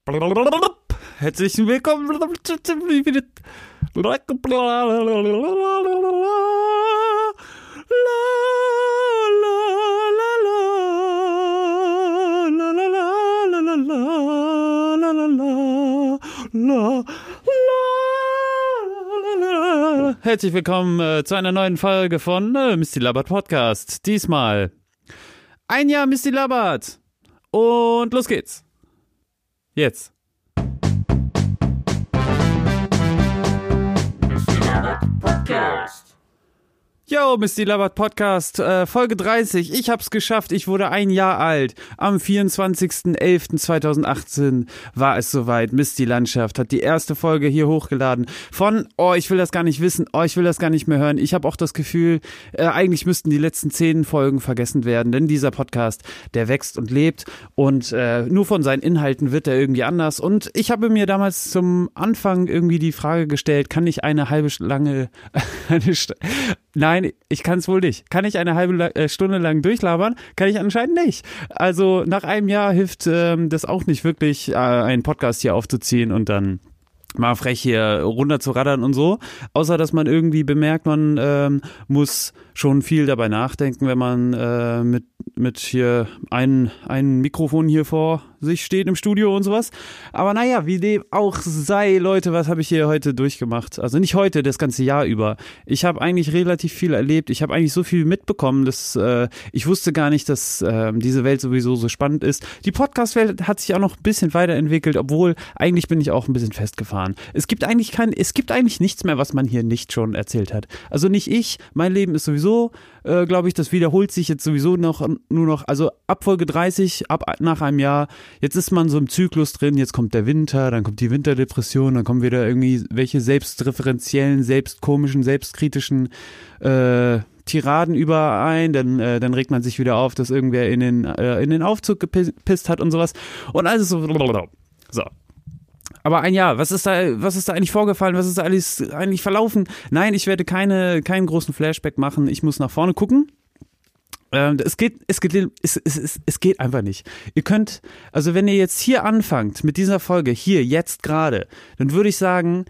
Herzlich willkommen. Herzlich willkommen zu einer neuen Folge von Misty Labbert Podcast. Diesmal ein Jahr Misty Labbert. Und los geht's. Jetzt. Misty Labbert Podcast. Yo, Misty Labbert Podcast, Folge 30. Ich hab's geschafft, ich wurde ein Jahr alt. Am 24.11.2018 war es soweit. Misty Landschaft hat die erste Folge hier hochgeladen von, ich will das gar nicht wissen, ich will das gar nicht mehr hören. Ich habe auch das Gefühl, eigentlich müssten die letzten 10 Folgen vergessen werden, denn dieser Podcast, der wächst und lebt und nur von seinen Inhalten wird er irgendwie anders. Und ich habe mir damals zum Anfang irgendwie die Frage gestellt, kann ich eine halbe lange, Nein, ich kann es wohl nicht. Kann ich eine halbe Stunde lang durchlabern? Kann ich anscheinend nicht. Also nach einem Jahr hilft das auch nicht wirklich, einen Podcast hier aufzuziehen und dann mal frech hier runter zu raddern und so. Außer, dass man irgendwie bemerkt, man muss schon viel dabei nachdenken, wenn man mit hier ein Mikrofon hier vor sich steht im Studio und sowas. Aber naja, wie dem auch sei, Leute, was habe ich hier heute durchgemacht? Also nicht heute, das ganze Jahr über. Ich habe eigentlich relativ viel erlebt. Ich habe eigentlich so viel mitbekommen, dass ich wusste gar nicht, dass diese Welt sowieso so spannend ist. Die Podcast-Welt hat sich auch noch ein bisschen weiterentwickelt, obwohl eigentlich bin ich auch ein bisschen festgefahren. Es gibt eigentlich nichts mehr, was man hier nicht schon erzählt hat. Also nicht ich, mein Leben ist sowieso, glaube ich, das wiederholt sich jetzt sowieso nur noch, also ab Folge 30, nach einem Jahr, jetzt ist man so im Zyklus drin, jetzt kommt der Winter, dann kommt die Winterdepression, dann kommen wieder irgendwie welche selbstreferenziellen, selbstkomischen, selbstkritischen Tiraden überein, dann regt man sich wieder auf, dass irgendwer in den Aufzug gepisst hat und sowas und alles so. Aber ein Jahr, was ist da eigentlich vorgefallen? Was ist da alles eigentlich verlaufen? Nein, ich werde keinen großen Flashback machen. Ich muss nach vorne gucken. Es geht einfach nicht. Ihr könnt, also wenn ihr jetzt hier anfangt mit dieser Folge, hier, jetzt gerade, dann würde ich sagen,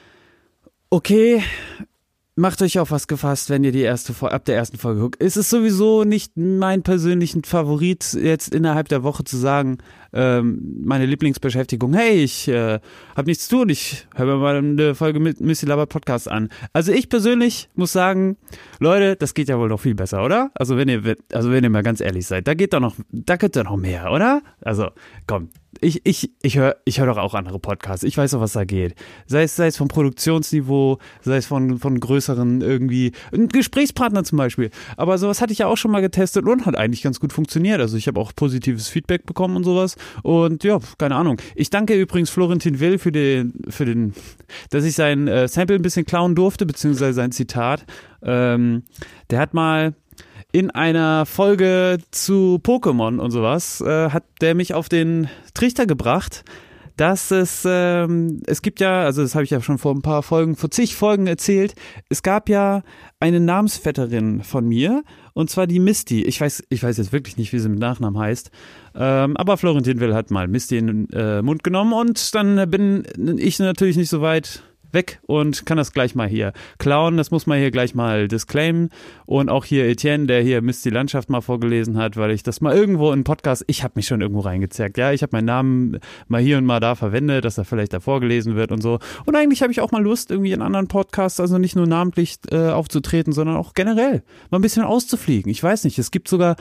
okay, macht euch auf was gefasst, wenn ihr ab der ersten Folge guckt. Es ist sowieso nicht mein persönlicher Favorit, jetzt innerhalb der Woche zu sagen, meine Lieblingsbeschäftigung, hey, ich habe nichts zu tun, ich höre mir mal eine Folge mit Misty Labbert Podcast an. Also ich persönlich muss sagen, Leute, das geht ja wohl noch viel besser, oder? Also wenn ihr mal ganz ehrlich seid, da geht doch noch mehr, oder? Also komm, ich höre doch auch andere Podcasts, ich weiß doch, was da geht. Sei es vom Produktionsniveau, sei es von größeren irgendwie, ein Gesprächspartner zum Beispiel. Aber sowas hatte ich ja auch schon mal getestet und hat eigentlich ganz gut funktioniert. Also ich habe auch positives Feedback bekommen und sowas. Und ja, keine Ahnung. Ich danke übrigens Florentin Will für den, dass ich sein Sample ein bisschen klauen durfte, beziehungsweise sein Zitat. Der hat mal in einer Folge zu Pokémon und sowas, hat der mich auf den Trichter gebracht, dass es gibt ja, also das habe ich ja schon vor zig Folgen erzählt, es gab ja eine Namensvetterin von mir, und zwar die Misty. Ich weiß jetzt wirklich nicht, wie sie mit Nachnamen heißt, aber Florentin Will hat mal Misty in den Mund genommen und dann bin ich natürlich nicht so weit weg und kann das gleich mal hier klauen. Das muss man hier gleich mal disclaimen. Und auch hier Etienne, der hier Misty Landschaft mal vorgelesen hat, weil ich das mal irgendwo in Podcast, ich habe mich schon irgendwo reingezerrt. Ja, ich habe meinen Namen mal hier und mal da verwendet, dass er vielleicht da vorgelesen wird und so. Und eigentlich habe ich auch mal Lust, irgendwie in anderen Podcasts, also nicht nur namentlich aufzutreten, sondern auch generell mal ein bisschen auszufliegen. Ich weiß nicht, es gibt sogar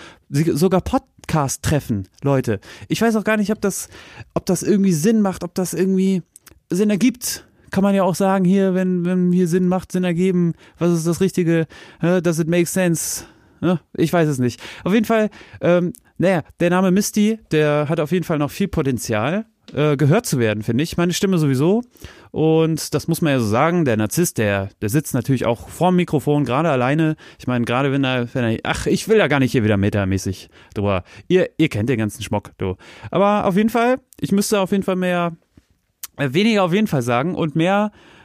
Podcast-Treffen, Leute. Ich weiß auch gar nicht, ob das irgendwie Sinn macht, ob das irgendwie Sinn ergibt. Kann man ja auch sagen, hier, wenn hier Sinn macht, Sinn ergeben, was ist das Richtige, does it make sense? Ich weiß es nicht. Auf jeden Fall, der Name Misty, der hat auf jeden Fall noch viel Potenzial, gehört zu werden, finde ich. Meine Stimme sowieso. Und das muss man ja so sagen, der Narzisst, der sitzt natürlich auch vorm Mikrofon, gerade alleine. Ich meine, gerade wenn er, ich will da gar nicht hier wieder metamäßig drüber. Ihr kennt den ganzen Schmock, du. Aber auf jeden Fall, ich müsste auf jeden Fall weniger auf jeden Fall sagen und mehr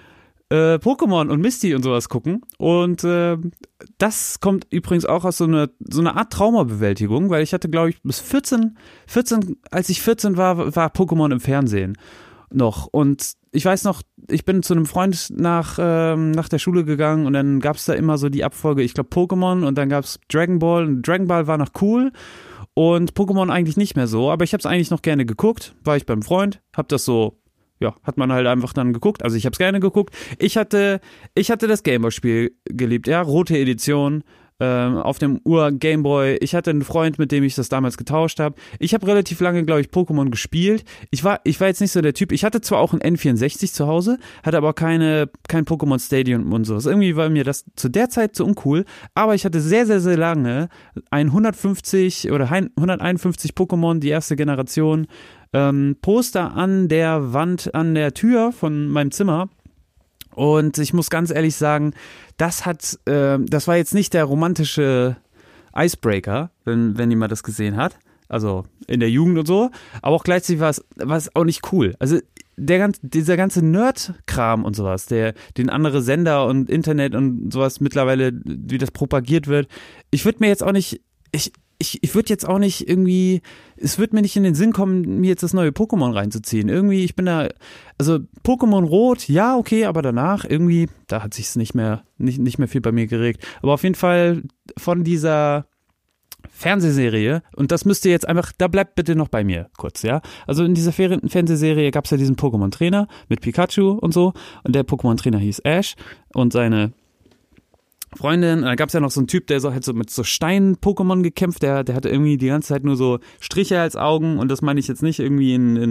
Pokémon und Misty und sowas gucken. Und das kommt übrigens auch aus so einer Art Traumabewältigung, weil ich hatte, glaube ich, bis 14, als ich 14 war Pokémon im Fernsehen noch. Und ich weiß noch, ich bin zu einem Freund nach der Schule gegangen und dann gab es da immer so die Abfolge, ich glaube Pokémon und dann gab es Dragon Ball. Und Dragon Ball war noch cool und Pokémon eigentlich nicht mehr so, aber ich habe es eigentlich noch gerne geguckt. War ich beim Freund, hab das so, ja, hat man halt einfach dann geguckt. Also ich habe es gerne geguckt. Ich hatte das Gameboy-Spiel geliebt, ja, rote Edition auf dem Ur-Gameboy. Ich hatte einen Freund, mit dem ich das damals getauscht habe. Ich habe relativ lange, glaube ich, Pokémon gespielt. Ich war jetzt nicht so der Typ. Ich hatte zwar auch ein N64 zu Hause, hatte aber kein Pokémon Stadium und sowas. Irgendwie war mir das zu der Zeit zu uncool. Aber ich hatte sehr, sehr, sehr lange ein 150 oder 151 Pokémon, die erste Generation, Poster an der Wand, an der Tür von meinem Zimmer. Und ich muss ganz ehrlich sagen, das war jetzt nicht der romantische Icebreaker, wenn jemand das gesehen hat. Also in der Jugend und so. Aber auch gleichzeitig war es auch nicht cool. Also dieser ganze Nerd-Kram und sowas, den andere Sender und Internet und sowas mittlerweile, wie das propagiert wird. Ich würde mir jetzt auch nicht, ich würde jetzt auch nicht irgendwie, es wird mir nicht in den Sinn kommen, mir jetzt das neue Pokémon reinzuziehen. Irgendwie, ich bin da, also Pokémon Rot, ja, okay, aber danach irgendwie, da hat sich's nicht mehr viel bei mir geregt. Aber auf jeden Fall von dieser Fernsehserie, und das müsst ihr jetzt einfach, da bleibt bitte noch bei mir kurz, ja. Also in dieser Fernsehserie gab es ja diesen Pokémon-Trainer mit Pikachu und so, und der Pokémon-Trainer hieß Ash und seine Freundin, da gab es ja noch so einen Typ, der so halt so mit so Stein-Pokémon gekämpft, der hatte irgendwie die ganze Zeit nur so Striche als Augen, und das meine ich jetzt nicht irgendwie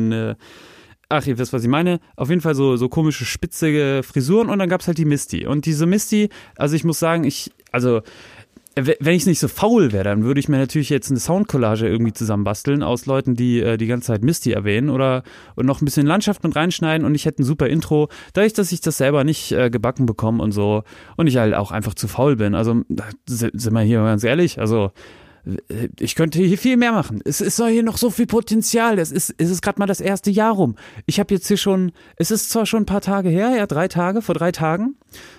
ach, ihr wisst, was ich meine. Auf jeden Fall so komische, spitzige Frisuren, und dann gab es halt die Misty. Und diese Misty, also ich muss sagen, wenn ich nicht so faul wäre, dann würde ich mir natürlich jetzt eine Soundcollage irgendwie zusammenbasteln aus Leuten, die die ganze Zeit Misty erwähnen und noch ein bisschen Landschaft mit reinschneiden, und ich hätte ein super Intro. Dadurch, dass ich das selber nicht gebacken bekomme und so, und ich halt auch einfach zu faul bin. Also sind wir hier ganz ehrlich, also ich könnte hier viel mehr machen. Es ist doch hier noch so viel Potenzial. Es ist gerade mal das erste Jahr rum. Ich habe jetzt hier schon, es ist zwar schon ein paar Tage her, ja, vor 3 Tagen.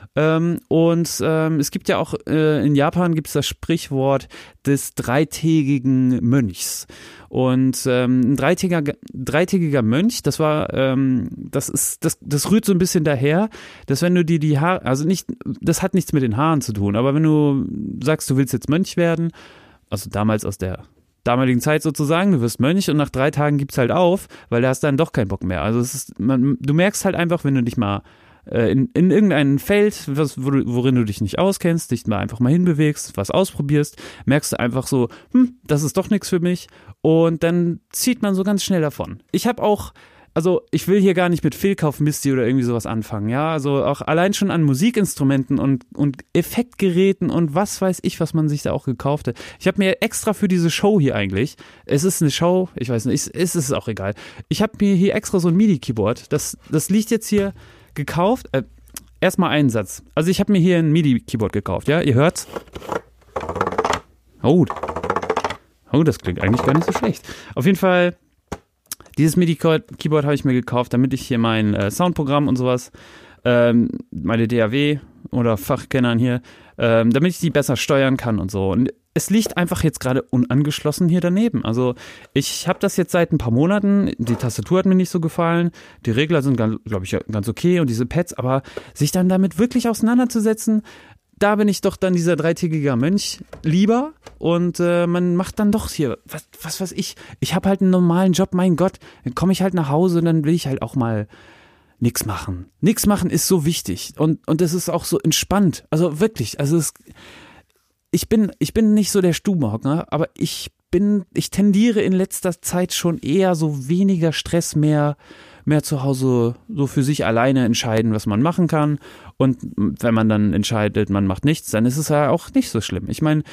Es gibt ja auch, in Japan gibt es das Sprichwort des dreitägigen Mönchs. Und ein dreitägiger Mönch, das rührt so ein bisschen daher, dass wenn du dir die Haare, also nicht, das hat nichts mit den Haaren zu tun, aber wenn du sagst, du willst jetzt Mönch werden, also damals aus der damaligen Zeit sozusagen, du wirst Mönch und nach 3 Tagen gibt's halt auf, weil da hast dann doch keinen Bock mehr. Also du merkst halt einfach, wenn du dich mal in irgendein Feld, worin du dich nicht auskennst, dich mal einfach mal hinbewegst, was ausprobierst, merkst du einfach so, das ist doch nichts für mich, und dann zieht man so ganz schnell davon. Ich habe auch, also ich will hier gar nicht mit Fehlkauf Misty oder irgendwie sowas anfangen, ja, also auch allein schon an Musikinstrumenten und Effektgeräten und was weiß ich, was man sich da auch gekauft hat. Ich habe mir extra für diese Show hier eigentlich, es ist eine Show, ich weiß nicht, es ist auch egal, ich habe mir hier extra so ein MIDI-Keyboard, das liegt jetzt hier gekauft. Erstmal einen Satz. Also ich habe mir hier ein MIDI-Keyboard gekauft, ja? Ihr hört's? Oh, das klingt eigentlich gar nicht so schlecht. Auf jeden Fall, dieses MIDI-Keyboard habe ich mir gekauft, damit ich hier mein Soundprogramm und sowas, meine DAW oder Fachkennern hier, damit ich die besser steuern kann und so. Und es liegt einfach jetzt gerade unangeschlossen hier daneben. Also ich habe das jetzt seit ein paar Monaten, die Tastatur hat mir nicht so gefallen, die Regler sind, glaube ich, ganz okay und diese Pads, aber sich dann damit wirklich auseinanderzusetzen, da bin ich doch dann dieser dreitägiger Mönch lieber, und man macht dann doch hier, was weiß ich habe halt einen normalen Job, mein Gott, dann komme ich halt nach Hause und dann will ich halt auch mal nichts machen. Nichts machen ist so wichtig, und es ist auch so entspannt, also wirklich, also ich bin nicht so der Stubenhocker, aber ich tendiere in letzter Zeit schon eher so weniger Stress, mehr zu Hause so für sich alleine entscheiden, was man machen kann. Und wenn man dann entscheidet, man macht nichts, dann ist es ja auch nicht so schlimm. Ich meine,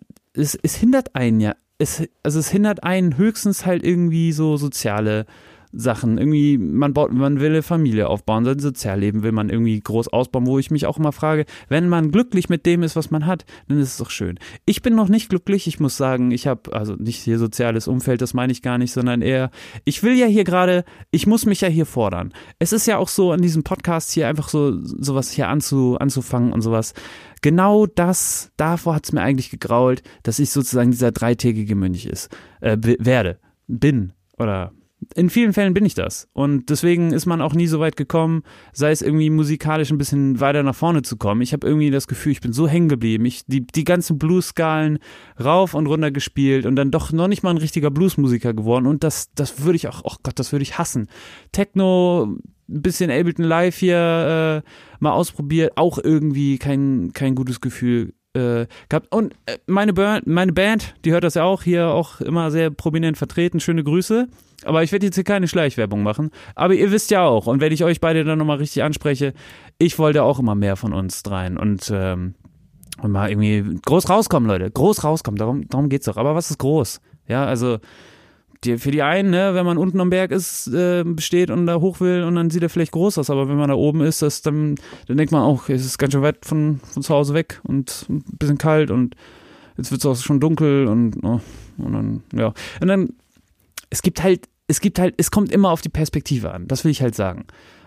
es hindert einen ja, es hindert einen höchstens halt irgendwie so soziale Sachen. Irgendwie, man will eine Familie aufbauen, sein Sozialleben will man irgendwie groß ausbauen, wo ich mich auch immer frage, wenn man glücklich mit dem ist, was man hat, dann ist es doch schön. Ich bin noch nicht glücklich, ich muss sagen, ich habe, also nicht hier soziales Umfeld, das meine ich gar nicht, sondern eher, ich will ja hier gerade, ich muss mich ja hier fordern. Es ist ja auch so an diesem Podcast hier einfach so sowas hier anzufangen und sowas. Genau das, davor hat es mir eigentlich gegrault, dass ich sozusagen dieser 3-tägige Mönch bin oder in vielen Fällen bin ich das. Und deswegen ist man auch nie so weit gekommen, sei es irgendwie musikalisch ein bisschen weiter nach vorne zu kommen. Ich habe irgendwie das Gefühl, ich bin so hängen geblieben. Die ganzen Blues-Skalen rauf und runter gespielt und dann doch noch nicht mal ein richtiger Bluesmusiker geworden. Und das würde ich auch, oh Gott, das würde ich hassen. Techno, ein bisschen Ableton Live hier mal ausprobiert, auch irgendwie kein gutes Gefühl gehabt. Und meine Band, die hört das ja auch hier auch immer sehr prominent vertreten. Schöne Grüße. Aber ich werde jetzt hier keine Schleichwerbung machen. Aber ihr wisst ja auch, und wenn ich euch beide dann nochmal richtig anspreche, ich wollte auch immer mehr von uns dreien und mal irgendwie groß rauskommen, Leute. Groß rauskommen, darum geht's doch. Aber was ist groß? Ja, also für die einen, ne, wenn man unten am Berg ist, steht und da hoch will und dann sieht er vielleicht groß aus, aber wenn man da oben ist, dann denkt man auch, es ist ganz schön weit von zu Hause weg und ein bisschen kalt und jetzt wird es auch schon dunkel und dann, ja. Und dann, es kommt immer auf die Perspektive an, das will ich halt sagen.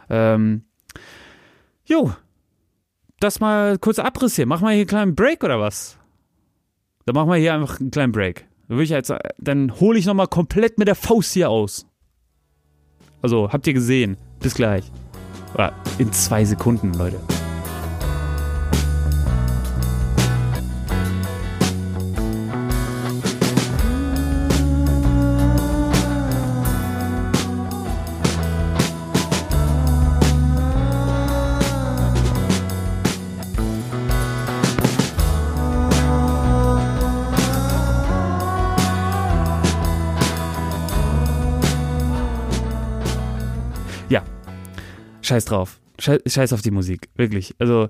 Das mal kurzer Abriss hier, machen wir hier einen kleinen Break oder was? Dann machen wir hier einfach einen kleinen Break. Dann hole ich nochmal komplett mit der Faust hier aus. Also, habt ihr gesehen. Bis gleich. In 2 Sekunden, Leute. Ja, scheiß drauf. Scheiß auf die Musik, wirklich. Also,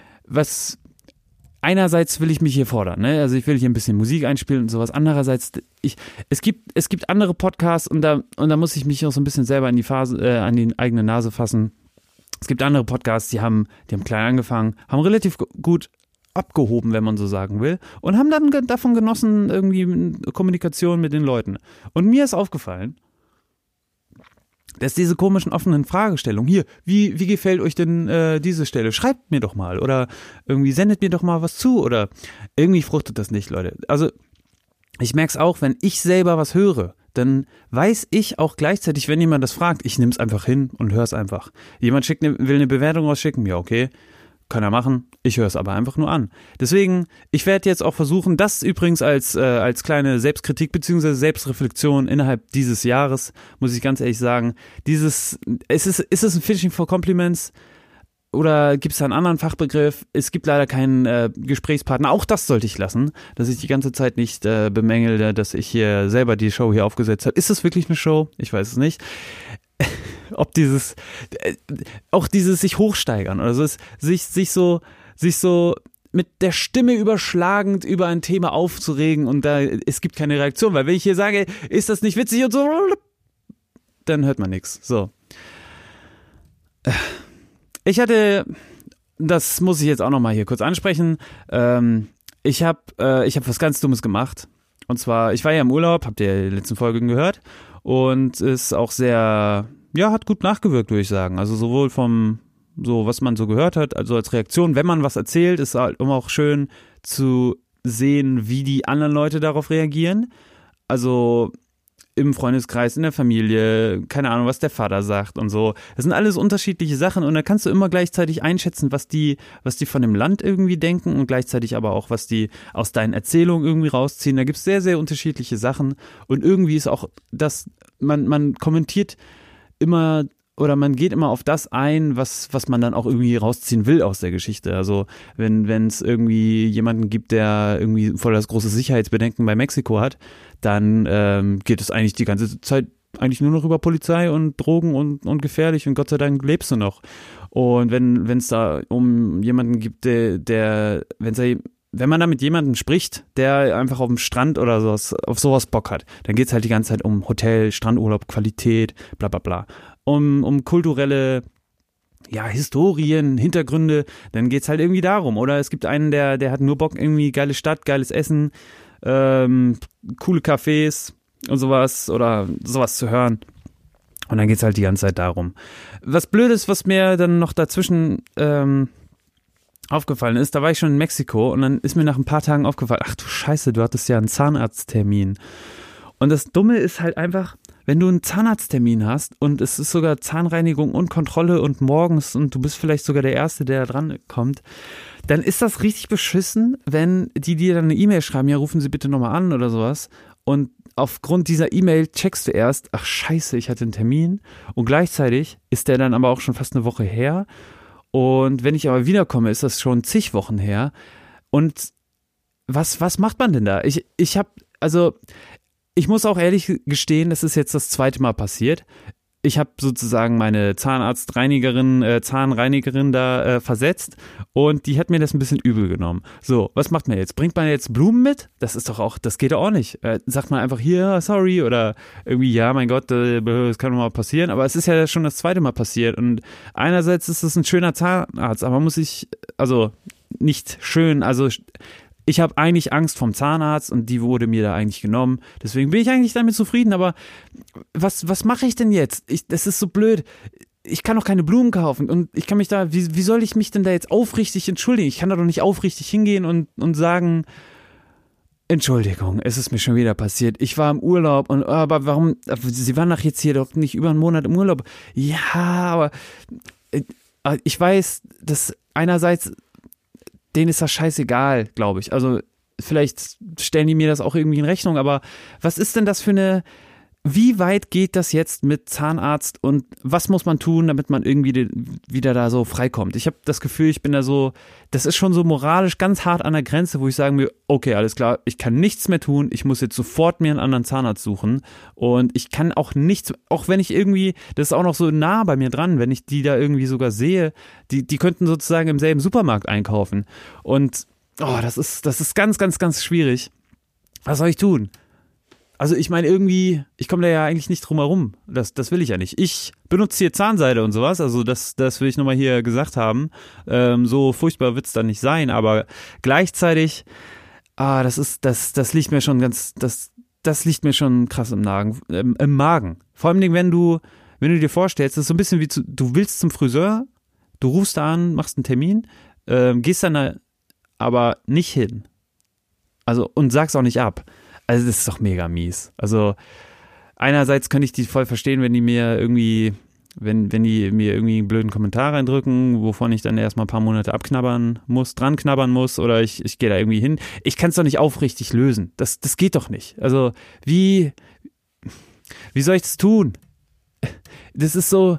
einerseits will ich mich hier fordern, ne? Also ich will hier ein bisschen Musik einspielen und sowas. Andererseits, es gibt andere Podcasts und da muss ich mich auch so ein bisschen selber an die eigene Nase fassen. Es gibt andere Podcasts, die haben klein angefangen, haben relativ gut abgehoben, wenn man so sagen will, und haben dann davon genossen, irgendwie Kommunikation mit den Leuten. Und mir ist aufgefallen, dass diese komischen offenen Fragestellungen, hier, wie gefällt euch denn diese Stelle? Schreibt mir doch mal oder irgendwie sendet mir doch mal was zu oder irgendwie fruchtet das nicht, Leute. Also ich merke es auch, wenn ich selber was höre, dann weiß ich auch gleichzeitig, wenn jemand das fragt, ich nehme es einfach hin und höre es einfach. Jemand will eine Bewertung rausschicken, ja okay, kann er machen, ich höre es aber einfach nur an. Deswegen, ich werde jetzt auch versuchen, das übrigens als kleine Selbstkritik bzw. Selbstreflexion innerhalb dieses Jahres, muss ich ganz ehrlich sagen, ist es ein Fishing for Compliments oder gibt es da einen anderen Fachbegriff? Es gibt leider keinen Gesprächspartner, auch das sollte ich lassen, dass ich die ganze Zeit nicht bemängel, dass ich hier selber die Show hier aufgesetzt habe. Ist das wirklich eine Show? Ich weiß es nicht. Ob auch dieses sich hochsteigern oder so, sich so mit der Stimme überschlagend über ein Thema aufzuregen und es gibt keine Reaktion, weil wenn ich hier sage, ist das nicht witzig und so, dann hört man nichts. So. Das muss ich jetzt auch nochmal hier kurz ansprechen, ich hab was ganz Dummes gemacht. Und zwar, ich war ja im Urlaub, habt ihr die letzten Folgen gehört und ist auch sehr, ja, hat gut nachgewirkt, würde ich sagen. Also sowohl was man so gehört hat, also als Reaktion, wenn man was erzählt, ist halt immer auch schön zu sehen, wie die anderen Leute darauf reagieren. Also im Freundeskreis, in der Familie, keine Ahnung, was der Vater sagt und so. Das sind alles unterschiedliche Sachen und da kannst du immer gleichzeitig einschätzen, was die von dem Land irgendwie denken und gleichzeitig aber auch, was die aus deinen Erzählungen irgendwie rausziehen. Da gibt es sehr, sehr unterschiedliche Sachen und irgendwie ist auch das, man kommentiert immer oder man geht immer auf das ein, was man dann auch irgendwie rausziehen will aus der Geschichte. Also wenn es irgendwie jemanden gibt, der irgendwie voll das große Sicherheitsbedenken bei Mexiko hat, dann geht es eigentlich die ganze Zeit eigentlich nur noch über Polizei und Drogen und gefährlich und Gott sei Dank lebst du noch. Und wenn es da um jemanden gibt, wenn es da wenn man da mit jemandem spricht, der einfach auf dem Strand oder sowas, auf sowas Bock hat, dann geht's halt die ganze Zeit um Hotel, Strandurlaub, Qualität, bla bla bla. Um kulturelle Historien, Hintergründe, dann geht's halt irgendwie darum. Oder es gibt einen, der hat nur Bock, irgendwie geile Stadt, geiles Essen, coole Cafés und sowas oder sowas zu hören. Und dann geht's halt die ganze Zeit darum. Was Blödes, was mir dann noch dazwischen aufgefallen ist, da war ich schon in Mexiko und dann ist mir nach ein paar Tagen aufgefallen, ach du Scheiße, du hattest ja einen Zahnarzttermin. Und das Dumme ist halt einfach, wenn du einen Zahnarzttermin hast und es ist sogar Zahnreinigung und Kontrolle und morgens und du bist vielleicht sogar der Erste, der da dran kommt, dann ist das richtig beschissen, wenn die dir dann eine E-Mail schreiben, ja, rufen Sie bitte nochmal an oder sowas. Und aufgrund dieser E-Mail checkst du erst, ach scheiße, ich hatte einen Termin und gleichzeitig ist der dann aber auch schon fast eine Woche her. Und wenn ich aber wiederkomme, ist das schon zig Wochen her. Und was macht man denn da? Ich muss auch ehrlich gestehen, das ist jetzt das zweite Mal passiert. Ich habe sozusagen meine Zahnreinigerin da versetzt und die hat mir das ein bisschen übel genommen. So, was macht man jetzt? Bringt man jetzt Blumen mit? Das geht doch auch nicht. Sagt man einfach hier, sorry oder irgendwie, ja, mein Gott, das kann doch mal passieren. Aber es ist ja schon das zweite Mal passiert und einerseits ist es ein schöner Zahnarzt, aber nicht schön, also ich habe eigentlich Angst vom Zahnarzt und die wurde mir da eigentlich genommen. Deswegen bin ich eigentlich damit zufrieden, aber was mache ich denn jetzt? Das ist so blöd. Ich kann doch keine Blumen kaufen und ich kann mich da, wie soll ich mich denn da jetzt aufrichtig entschuldigen? Ich kann da doch nicht aufrichtig hingehen und sagen, Entschuldigung, es ist mir schon wieder passiert. Ich war im Urlaub aber warum, Sie waren doch jetzt hier doch nicht über einen Monat im Urlaub. Ja, aber ich weiß, dass einerseits denen ist das scheißegal, glaube ich. Also vielleicht stellen die mir das auch irgendwie in Rechnung, aber was ist denn das wie weit geht das jetzt mit Zahnarzt und was muss man tun, damit man irgendwie wieder da so freikommt? Ich habe das Gefühl, ich bin da so, das ist schon so moralisch ganz hart an der Grenze, wo ich sagen will, okay, alles klar, ich kann nichts mehr tun, ich muss jetzt sofort mir einen anderen Zahnarzt suchen und ich kann auch nichts, auch wenn ich irgendwie, das ist auch noch so nah bei mir dran, wenn ich die da irgendwie sogar sehe, die könnten sozusagen im selben Supermarkt einkaufen und das ist ganz, ganz, ganz schwierig. Was soll ich tun? Also ich meine irgendwie, ich komme da ja eigentlich nicht drum herum. Das will ich ja nicht. Ich benutze hier Zahnseide und sowas, also das will ich nochmal hier gesagt haben. So furchtbar wird es dann nicht sein, aber gleichzeitig, das liegt mir schon das liegt mir schon krass im Magen. Vor allem, wenn du dir vorstellst, das ist so ein bisschen wie du willst zum Friseur, du rufst da an, machst einen Termin, gehst dann da aber nicht hin. Also und sagst auch nicht ab. Also das ist doch mega mies. Also einerseits könnte ich die voll verstehen, wenn die mir irgendwie, wenn die mir irgendwie einen blöden Kommentar reindrücken, wovon ich dann erstmal ein paar Monate dran knabbern muss oder ich gehe da irgendwie hin. Ich kann es doch nicht aufrichtig lösen. Das geht doch nicht. Also wie soll ich das tun? Das ist so,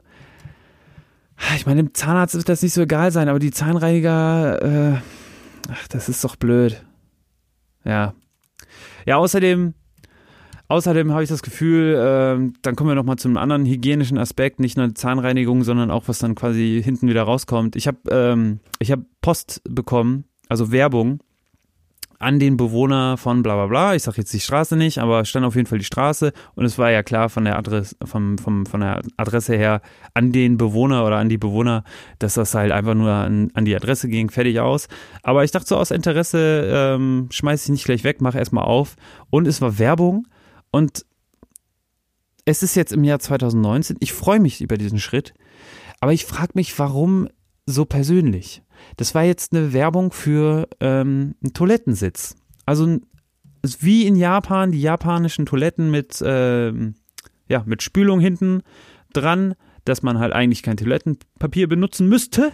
ich meine, dem Zahnarzt wird das nicht so egal sein, aber die Zahnreiniger, das ist doch blöd. Ja. Ja, außerdem habe ich das Gefühl, dann kommen wir nochmal zu einem anderen hygienischen Aspekt, nicht nur Zahnreinigung, sondern auch, was dann quasi hinten wieder rauskommt. Ich habe Post bekommen, also Werbung an den Bewohner von bla bla bla, ich sage jetzt die Straße nicht, aber stand auf jeden Fall die Straße und es war ja klar von der Adresse, von der Adresse her an den Bewohner oder an die Bewohner, dass das halt einfach nur an die Adresse ging, fertig aus. Aber ich dachte so aus Interesse, schmeiß ich nicht gleich weg, mach erstmal auf und es war Werbung und es ist jetzt im Jahr 2019, ich freue mich über diesen Schritt, aber ich frage mich, warum so persönlich? Das war jetzt eine Werbung für einen Toilettensitz. Also wie in Japan, die japanischen Toiletten mit Spülung hinten dran, dass man halt eigentlich kein Toilettenpapier benutzen müsste.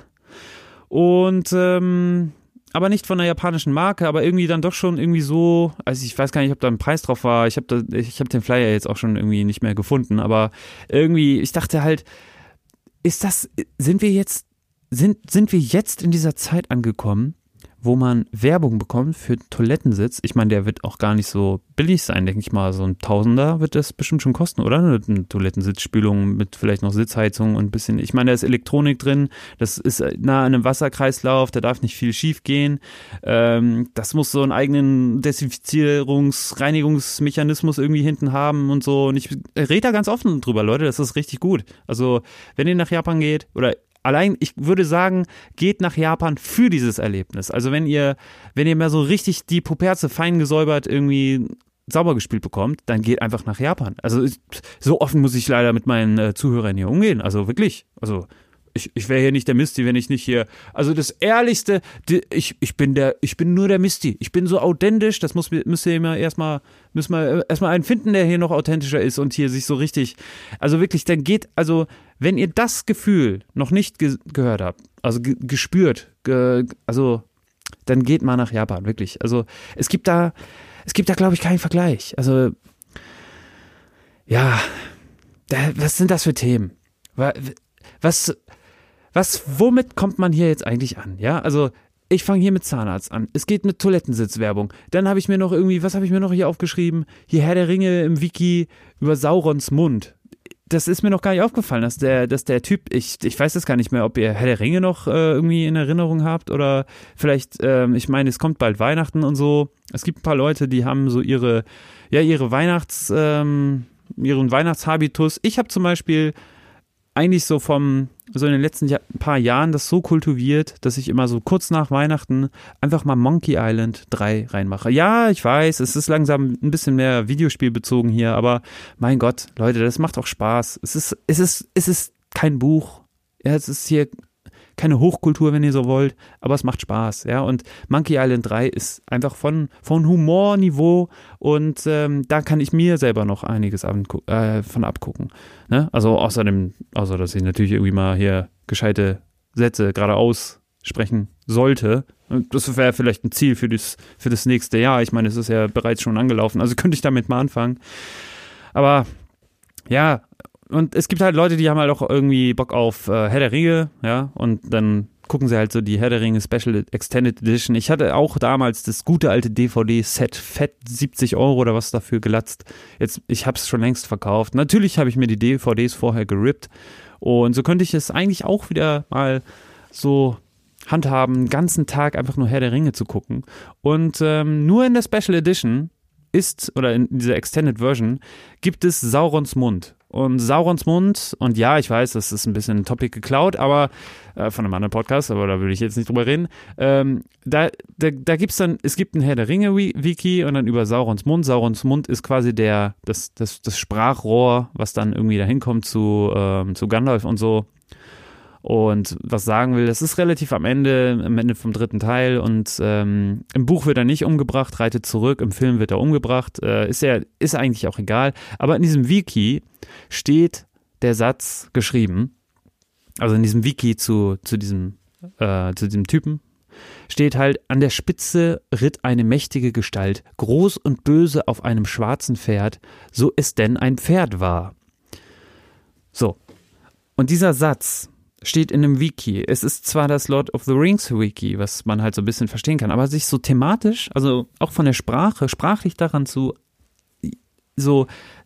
Und aber nicht von einer japanischen Marke, aber irgendwie dann doch schon irgendwie so, also ich weiß gar nicht, ob da ein Preis drauf war. Ich hab den Flyer jetzt auch schon irgendwie nicht mehr gefunden, aber irgendwie, ich dachte halt, sind wir jetzt in dieser Zeit angekommen, wo man Werbung bekommt für Toilettensitz. Ich meine, der wird auch gar nicht so billig sein, denke ich mal. So ein Tausender wird das bestimmt schon kosten, oder? Eine Toilettensitzspülung mit vielleicht noch Sitzheizung und ein bisschen. Ich meine, da ist Elektronik drin. Das ist nah an einem Wasserkreislauf. Da darf nicht viel schief gehen. Das muss so einen eigenen Reinigungsmechanismus irgendwie hinten haben und so. Und ich rede da ganz offen drüber, Leute. Das ist richtig gut. Also, wenn ihr nach Japan geht oder allein, ich würde sagen, geht nach Japan für dieses Erlebnis. Also wenn ihr mal so richtig die Puperze fein gesäubert irgendwie sauber gespielt bekommt, dann geht einfach nach Japan. Also so offen muss ich leider mit meinen Zuhörern hier umgehen. Also wirklich, also ich wäre hier nicht der Misty, wenn ich nicht hier, also das Ehrlichste, ich bin nur der Misty. Ich bin so authentisch, das müsst ihr immer erstmal einen finden, der hier noch authentischer ist und hier sich so richtig, also wirklich, dann geht, also wenn ihr das Gefühl noch nicht gehört habt, also gespürt, also dann geht mal nach Japan, wirklich. Also es gibt da, glaube ich, keinen Vergleich. Also ja, was sind das für Themen? Womit kommt man hier jetzt eigentlich an? Ja, also ich fange hier mit Zahnarzt an. Es geht mit Toilettensitzwerbung. Dann habe ich mir noch irgendwie, was habe ich mir noch hier aufgeschrieben? Hier Herr der Ringe im Wiki über Saurons Mund. Das ist mir noch gar nicht aufgefallen, dass der Typ, ich weiß jetzt gar nicht mehr, ob ihr Herr der Ringe noch irgendwie in Erinnerung habt oder vielleicht, ich meine, es kommt bald Weihnachten und so. Es gibt ein paar Leute, die haben so ihre ihren Weihnachtshabitus. Ich habe zum Beispiel eigentlich so in den letzten paar Jahren das so kultiviert, dass ich immer so kurz nach Weihnachten einfach mal Monkey Island 3 reinmache. Ja, ich weiß, es ist langsam ein bisschen mehr Videospielbezogen hier, aber mein Gott, Leute, das macht auch Spaß. Es ist kein Buch. Ja, es ist hier keine Hochkultur, wenn ihr so wollt, aber es macht Spaß, ja, und Monkey Island 3 ist einfach von Humorniveau und da kann ich mir selber noch einiges von abgucken, ne, also außer dass ich natürlich irgendwie mal hier gescheite Sätze geradeaus sprechen sollte, das wäre vielleicht ein Ziel für das nächste Jahr, ich meine, es ist ja bereits schon angelaufen, also könnte ich damit mal anfangen, aber ja. Und es gibt halt Leute, die haben halt auch irgendwie Bock auf Herr der Ringe, ja, und dann gucken sie halt so die Herr der Ringe Special Extended Edition. Ich hatte auch damals das gute alte DVD-Set, fett 70 € oder was dafür gelatzt. Jetzt, ich hab's schon längst verkauft. Natürlich habe ich mir die DVDs vorher gerippt und so könnte ich es eigentlich auch wieder mal so handhaben, den ganzen Tag einfach nur Herr der Ringe zu gucken. Und nur in der Special Edition oder in dieser Extended Version gibt es Saurons Mund. Und Saurons Mund, und ja, ich weiß, das ist ein bisschen ein Topic geklaut, aber von einem anderen Podcast, aber da will ich jetzt nicht drüber reden. Da gibt's dann, es gibt ein Herr der Ringe-Wiki und dann über Saurons Mund. Saurons Mund ist quasi das Sprachrohr, was dann irgendwie dahin kommt zu Gandalf und so. Und was sagen will, das ist relativ am Ende vom 3. Teil und im Buch wird er nicht umgebracht, reitet zurück, im Film wird er umgebracht, ist eigentlich auch egal, aber in diesem Wiki steht der Satz geschrieben, also in diesem Wiki zu diesem Typen, steht halt, an der Spitze ritt eine mächtige Gestalt, groß und böse auf einem schwarzen Pferd, so es denn ein Pferd war. So, und dieser Satz steht in einem Wiki. Es ist zwar das Lord of the Rings Wiki, was man halt so ein bisschen verstehen kann, aber sich so thematisch, also auch von der Sprache, sprachlich daran so so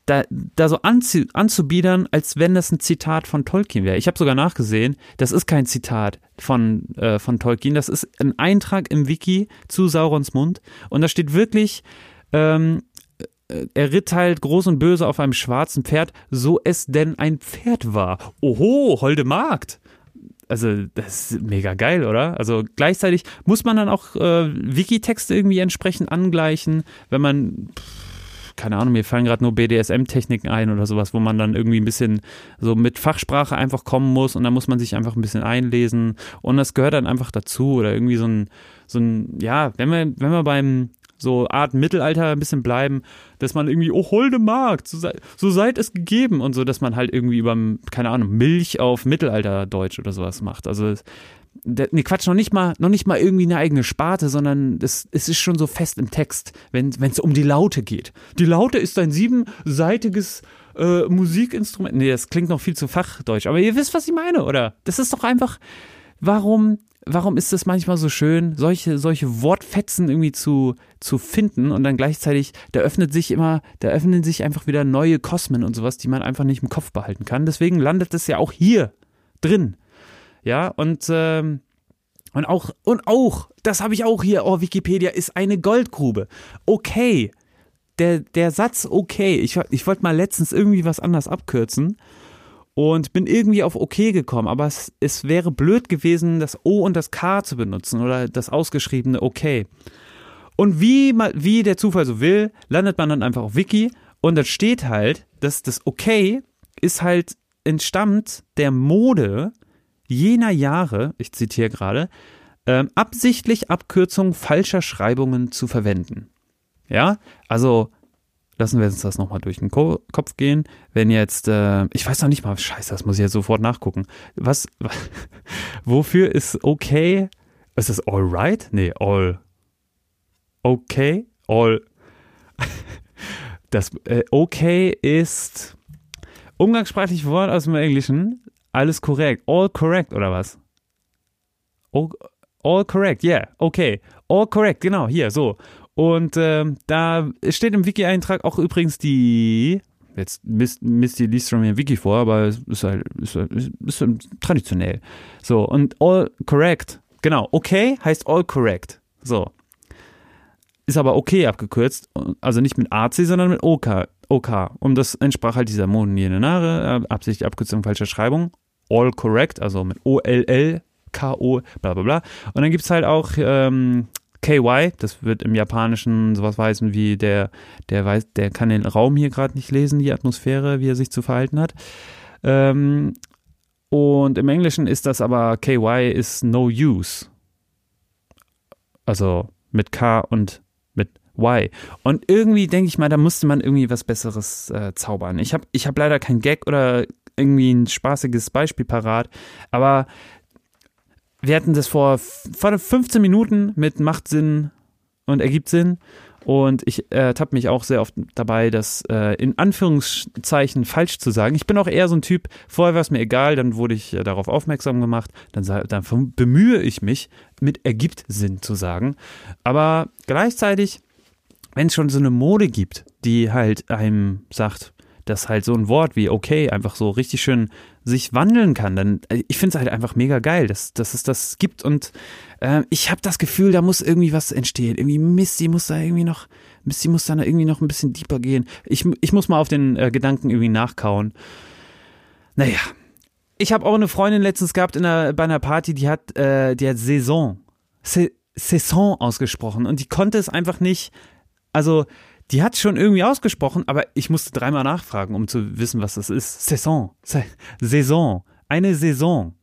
anzubiedern, als wenn das ein Zitat von Tolkien wäre. Ich habe sogar nachgesehen, das ist kein Zitat von Tolkien, das ist ein Eintrag im Wiki zu Saurons Mund und da steht wirklich, er ritt halt groß und böse auf einem schwarzen Pferd, so es denn ein Pferd war. Oho, holde Magd. Also das ist mega geil, oder? Also gleichzeitig muss man dann auch Wiki-Texte irgendwie entsprechend angleichen, wenn man, keine Ahnung, mir fallen gerade nur BDSM-Techniken ein oder sowas, wo man dann irgendwie ein bisschen so mit Fachsprache einfach kommen muss und dann muss man sich einfach ein bisschen einlesen und das gehört dann einfach dazu oder irgendwie so ein ja, wenn wir beim so Art Mittelalter ein bisschen bleiben, dass man irgendwie, oh, holde Magd, so seid es gegeben und so, dass man halt irgendwie über, keine Ahnung, Milch auf Mittelalterdeutsch oder sowas macht. Also, Quatsch, noch nicht mal irgendwie eine eigene Sparte, sondern es ist schon so fest im Text, wenn es um die Laute geht. Die Laute ist ein 7-seitiges Musikinstrument. Nee, das klingt noch viel zu fachdeutsch, aber ihr wisst, was ich meine, oder? Das ist doch einfach, warum warum ist es manchmal so schön, solche Wortfetzen irgendwie zu finden und dann gleichzeitig, da öffnen sich einfach wieder neue Kosmen und sowas, die man einfach nicht im Kopf behalten kann. Deswegen landet es ja auch hier drin. Ja, und auch, das habe ich auch hier, Wikipedia ist eine Goldgrube. Okay, der Satz okay, ich wollte mal letztens irgendwie was anders abkürzen und bin irgendwie auf okay gekommen, aber es wäre blöd gewesen, das O und das K zu benutzen oder das ausgeschriebene okay. Und wie der Zufall so will, landet man dann einfach auf Wiki und dann steht halt, dass das okay ist halt entstammt der Mode jener Jahre, ich zitiere gerade, absichtlich Abkürzungen falscher Schreibungen zu verwenden. Ja, also lassen wir uns das nochmal durch den Kopf gehen. Wenn jetzt, ich weiß noch nicht mal, scheiße, das muss ich jetzt sofort nachgucken. Wofür ist okay? Ist das all right? Nee, all okay? All. Das okay ist umgangssprachliches Wort aus dem Englischen. Alles korrekt. All correct, oder was? All correct, yeah, okay. All correct, genau, hier, so. Und da steht im Wiki-Eintrag auch übrigens jetzt Misty liest schon mir Wiki vor, aber es ist halt traditionell. So, und all correct, genau, okay heißt all correct. So. Ist aber okay abgekürzt, also nicht mit AC, sondern mit OK. Und das entsprach halt dieser Modenjenenare, absichtlich Abkürzung falscher Schreibung. All correct, also mit OLL, KO, bla bla bla. Und dann gibt es halt auch KY, das wird im Japanischen sowas heißen wie der kann den Raum hier gerade nicht lesen, die Atmosphäre, wie er sich zu verhalten hat. Und im Englischen ist das aber KY ist no use. Also mit K und mit Y. Und irgendwie denke ich mal, da musste man irgendwie was Besseres zaubern. Ich hab leider kein Gag oder irgendwie ein spaßiges Beispiel parat, aber wir hatten das vor 15 Minuten mit macht Sinn und ergibt Sinn und ich tappe mich auch sehr oft dabei, das in Anführungszeichen falsch zu sagen. Ich bin auch eher so ein Typ, vorher war es mir egal, dann wurde ich darauf aufmerksam gemacht, dann bemühe ich mich, mit ergibt Sinn zu sagen. Aber gleichzeitig, wenn es schon so eine Mode gibt, die halt einem sagt, dass halt so ein Wort wie okay einfach so richtig schön sich wandeln kann, dann ich finde es halt einfach mega geil, dass es das gibt und ich habe das Gefühl, da muss irgendwie was entstehen. Irgendwie Misty muss da irgendwie noch ein bisschen deeper gehen. Ich muss mal auf den Gedanken irgendwie nachkauen. Naja, ich habe auch eine Freundin letztens gehabt bei einer Party, die hat Saison ausgesprochen und die konnte es einfach nicht, also die hat es schon irgendwie ausgesprochen, aber ich musste dreimal nachfragen, um zu wissen, was das ist. Saison. Eine Saison.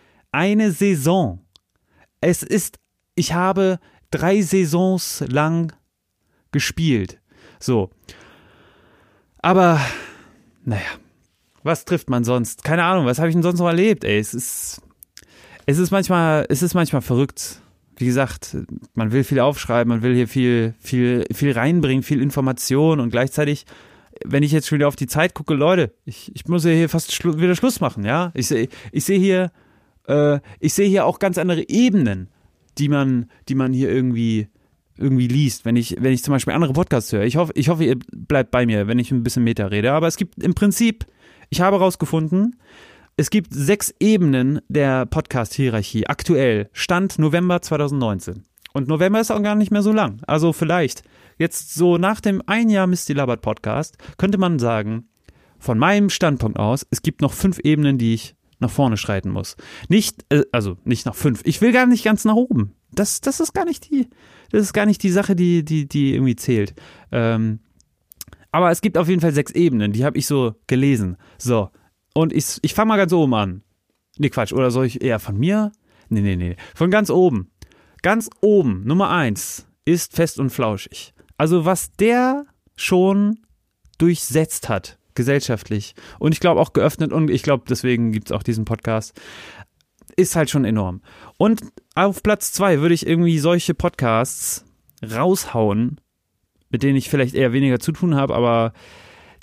Ich habe 3 Saisons lang gespielt. So. Aber, naja, was trifft man sonst? Keine Ahnung, was habe ich denn sonst noch erlebt? Ey, es ist manchmal verrückt. Wie gesagt, man will viel aufschreiben, man will hier viel reinbringen, viel Information und gleichzeitig, wenn ich jetzt schon wieder auf die Zeit gucke, Leute, ich muss ja hier fast wieder Schluss machen, ja? Ich sehe hier auch ganz andere Ebenen, die man hier irgendwie liest, wenn ich zum Beispiel andere Podcasts höre. Ich hoffe, ihr bleibt bei mir, wenn ich ein bisschen Meta rede, aber es gibt im Prinzip, ich habe herausgefunden, es gibt 6 Ebenen der Podcast-Hierarchie. Aktuell, Stand November 2019. Und November ist auch gar nicht mehr so lang. Also vielleicht, jetzt so nach dem 1 Jahr Misty Labert Podcast, könnte man sagen, von meinem Standpunkt aus, es gibt noch 5 Ebenen, die ich nach vorne schreiten muss. Nicht nach 5. Ich will gar nicht ganz nach oben. Das ist gar nicht die Sache, die irgendwie zählt. Aber es gibt auf jeden Fall 6 Ebenen, die habe ich so gelesen. So. Und ich fange mal ganz oben an. Nee, Quatsch. Oder soll ich eher von mir? Nee. Von ganz oben. Ganz oben, Nummer 1, ist fest und flauschig. Also was der schon durchsetzt hat, gesellschaftlich. Und ich glaube auch geöffnet. Und ich glaube, deswegen gibt es auch diesen Podcast. Ist halt schon enorm. Und auf Platz 2 würde ich irgendwie solche Podcasts raushauen, mit denen ich vielleicht eher weniger zu tun habe, aber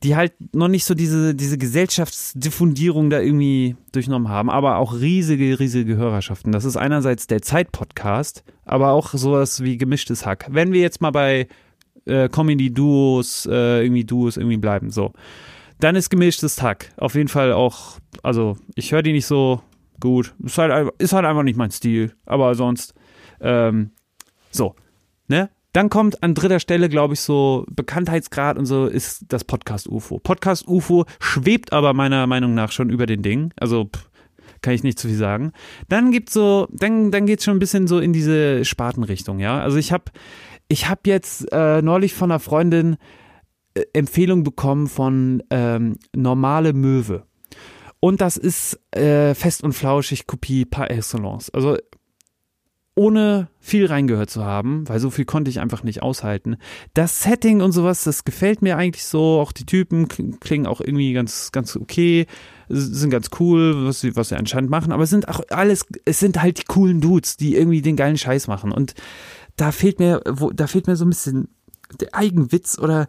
die halt noch nicht so diese Gesellschaftsdiffundierung da irgendwie durchnommen haben, aber auch riesige Hörerschaften. Das ist einerseits der Zeit-Podcast, aber auch sowas wie Gemischtes Hack. Wenn wir jetzt mal bei Comedy-Duos irgendwie bleiben, so. Dann ist Gemischtes Hack auf jeden Fall auch, also ich höre die nicht so gut. Ist halt einfach nicht mein Stil, aber sonst, so, ne? Dann kommt an dritter Stelle, glaube ich, so Bekanntheitsgrad und so ist das Podcast UFO. Podcast UFO schwebt aber meiner Meinung nach schon über den Ding. Also kann ich nicht zu viel sagen. Dann geht's schon ein bisschen so in diese Spartenrichtung, ja. Also ich hab jetzt neulich von einer Freundin Empfehlung bekommen von Normale Möwe. Und das ist fest und flauschig Kopie par excellence. Also ohne viel reingehört zu haben, weil so viel konnte ich einfach nicht aushalten. Das Setting und sowas, das gefällt mir eigentlich so. Auch die Typen klingen auch irgendwie ganz okay, sind ganz cool, was sie anscheinend machen. Aber es sind halt die coolen Dudes, die irgendwie den geilen Scheiß machen. Und da fehlt mir so ein bisschen der Eigenwitz oder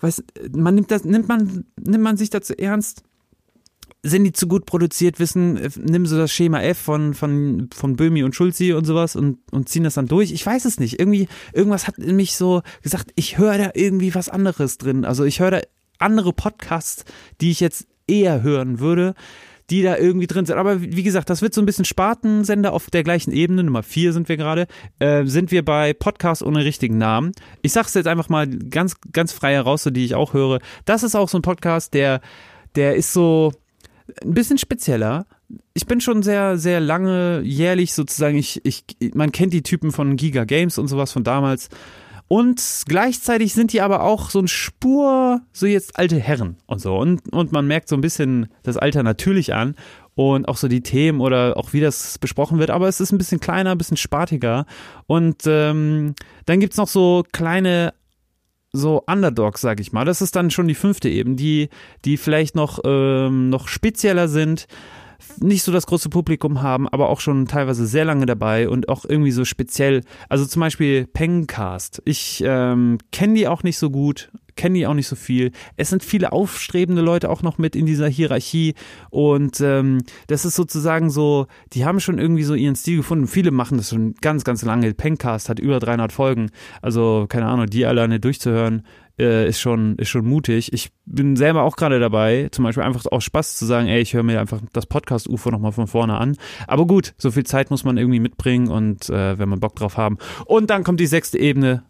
nimmt man sich dazu ernst? Sind die zu gut produziert, nimm so das Schema F von Böhmi und Schulzi und sowas und ziehen das dann durch? Ich weiß es nicht. Irgendwas hat in mich so gesagt, ich höre da irgendwie was anderes drin. Also ich höre da andere Podcasts, die ich jetzt eher hören würde, die da irgendwie drin sind. Aber wie gesagt, das wird so ein bisschen Spartensender auf der gleichen Ebene. Nummer 4 sind wir gerade. Sind wir bei Podcasts ohne richtigen Namen. Ich sag's jetzt einfach mal ganz, ganz frei heraus, so die ich auch höre. Das ist auch so ein Podcast, der ist so ein bisschen spezieller. Ich bin schon sehr, sehr lange jährlich sozusagen, man kennt die Typen von Giga Games und sowas von damals. Und gleichzeitig sind die aber auch so ein Spur, so jetzt alte Herren und so. Und man merkt so ein bisschen das Alter natürlich an und auch so die Themen oder auch wie das besprochen wird. Aber es ist ein bisschen kleiner, ein bisschen spartiger. Und dann gibt's noch so kleine so Underdogs, sag ich mal. Das ist dann schon die 5. Ebene, die vielleicht noch spezieller sind, nicht so das große Publikum haben, aber auch schon teilweise sehr lange dabei und auch irgendwie so speziell, also zum Beispiel Pencast. Ich kenne die auch nicht so gut, kenne die auch nicht so viel. Es sind viele aufstrebende Leute auch noch mit in dieser Hierarchie und das ist sozusagen so, die haben schon irgendwie so ihren Stil gefunden. Viele machen das schon ganz, ganz lange. Pencast hat über 300 Folgen, also keine Ahnung, die alleine durchzuhören, ist schon mutig. Ich bin selber auch gerade dabei, zum Beispiel einfach aus Spaß zu sagen, ey, ich höre mir einfach das Podcast-UFO nochmal von vorne an. Aber gut, so viel Zeit muss man irgendwie mitbringen und wenn man Bock drauf haben. Und dann kommt die 6. Ebene.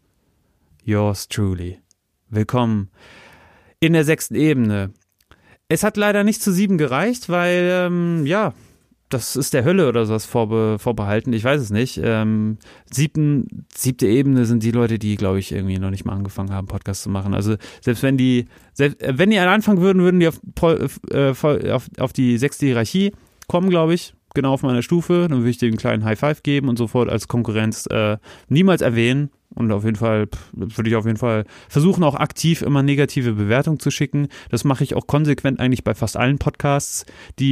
Yours truly. Willkommen in der 6. Ebene. Es hat leider nicht zu 7 gereicht, weil, das ist der Hölle oder sowas vorbehalten. Ich weiß es nicht. 7. Ebene sind die Leute, die, glaube ich, irgendwie noch nicht mal angefangen haben, Podcasts zu machen. Also selbst wenn die anfangen würden die auf die 6. Hierarchie kommen, glaube ich, genau auf meiner Stufe. Dann würde ich denen einen kleinen High Five geben und sofort als Konkurrenz niemals erwähnen. Und auf jeden Fall würde ich versuchen, auch aktiv immer negative Bewertungen zu schicken. Das mache ich auch konsequent eigentlich bei fast allen Podcasts,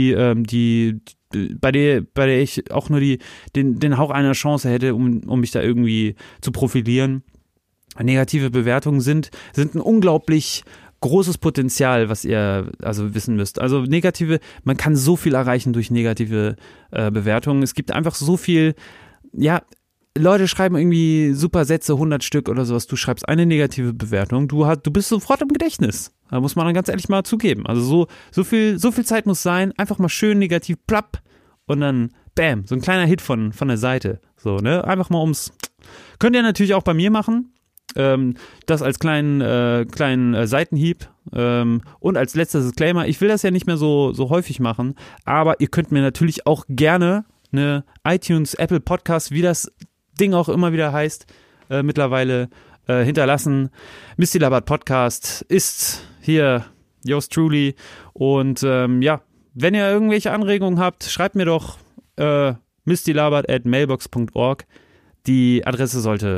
bei der ich auch nur den Hauch einer Chance hätte, um mich da irgendwie zu profilieren. Negative Bewertungen sind ein unglaublich großes Potenzial, was ihr also wissen müsst. Also man kann so viel erreichen durch negative Bewertungen. Es gibt einfach so viel, Leute schreiben irgendwie super Sätze, 100 Stück oder sowas. Du schreibst eine negative Bewertung, du bist sofort im Gedächtnis. Da muss man dann ganz ehrlich mal zugeben. Also so viel Zeit muss sein, einfach mal schön negativ, plapp und dann bam, so ein kleiner Hit von der Seite. So, ne? Einfach mal könnt ihr natürlich auch bei mir machen. Das als kleinen Seitenhieb und als letzter Disclaimer, ich will das ja nicht mehr so häufig machen, aber ihr könnt mir natürlich auch gerne eine iTunes, Apple Podcast, wie das Ding auch immer wieder heißt, mittlerweile hinterlassen. Misty Labert Podcast ist hier yours truly und wenn ihr irgendwelche Anregungen habt, schreibt mir doch mistylabert@mailbox.org. Die Adresse sollte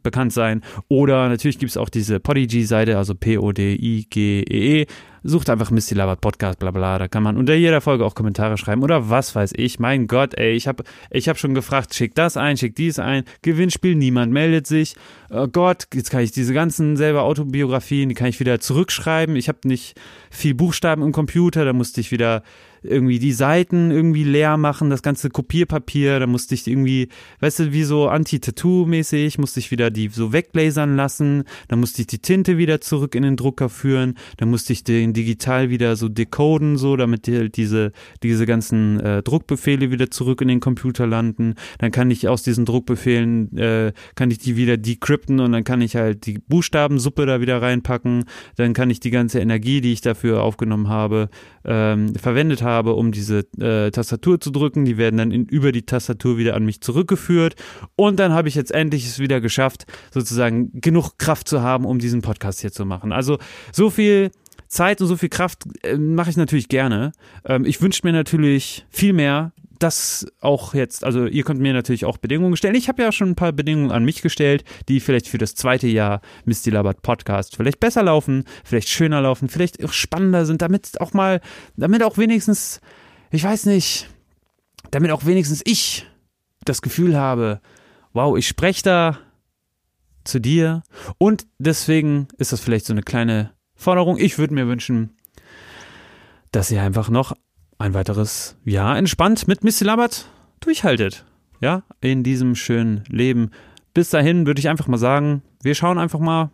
bekannt sein. Oder natürlich gibt es auch diese Podigy-Seite, also Podigee. Sucht einfach Misty Labert Podcast, bla bla, da kann man unter jeder Folge auch Kommentare schreiben oder was weiß ich. Mein Gott, ey, ich hab schon gefragt, schick das ein, schick dies ein, Gewinnspiel, niemand meldet sich. Oh Gott, jetzt kann ich diese ganzen selber Autobiografien, die kann ich wieder zurückschreiben. Ich habe nicht viel Buchstaben im Computer, da musste ich wieder irgendwie die Seiten irgendwie leer machen, das ganze Kopierpapier, da musste ich irgendwie, weißt du, wie so Anti-Tattoo-mäßig, musste ich wieder die so weglasern lassen, dann musste ich die Tinte wieder zurück in den Drucker führen, dann musste ich den digital wieder so decoden, so, damit diese ganzen Druckbefehle wieder zurück in den Computer landen, dann kann ich aus diesen Druckbefehlen, kann ich die wieder decrypten und dann kann ich halt die Buchstabensuppe da wieder reinpacken, dann kann ich die ganze Energie, die ich dafür aufgenommen habe, verwendet habe, um diese Tastatur zu drücken, die werden dann über die Tastatur wieder an mich zurückgeführt und dann habe ich jetzt endlich es wieder geschafft, sozusagen genug Kraft zu haben, um diesen Podcast hier zu machen. Also so viel Zeit und so viel Kraft mache ich natürlich gerne. Ich wünsche mir natürlich viel mehr, das auch jetzt, also ihr könnt mir natürlich auch Bedingungen stellen. Ich habe ja schon ein paar Bedingungen an mich gestellt, die vielleicht für das 2. Jahr Misty Labert Podcast vielleicht besser laufen, vielleicht schöner laufen, vielleicht auch spannender sind, damit auch wenigstens, ich weiß nicht, damit auch wenigstens ich das Gefühl habe, wow, ich spreche da zu dir und deswegen ist das vielleicht so eine kleine Forderung. Ich würde mir wünschen, dass ihr einfach noch ein weiteres Jahr entspannt mit Misty Labert durchhaltet. Ja, in diesem schönen Leben. Bis dahin würde ich einfach mal sagen, wir schauen einfach mal,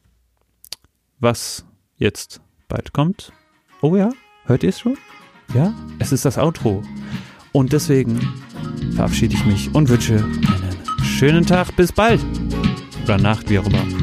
was jetzt bald kommt. Oh ja, hört ihr es schon? Ja, es ist das Outro. Und deswegen verabschiede ich mich und wünsche einen schönen Tag. Bis bald. Oder Nacht, wie auch immer.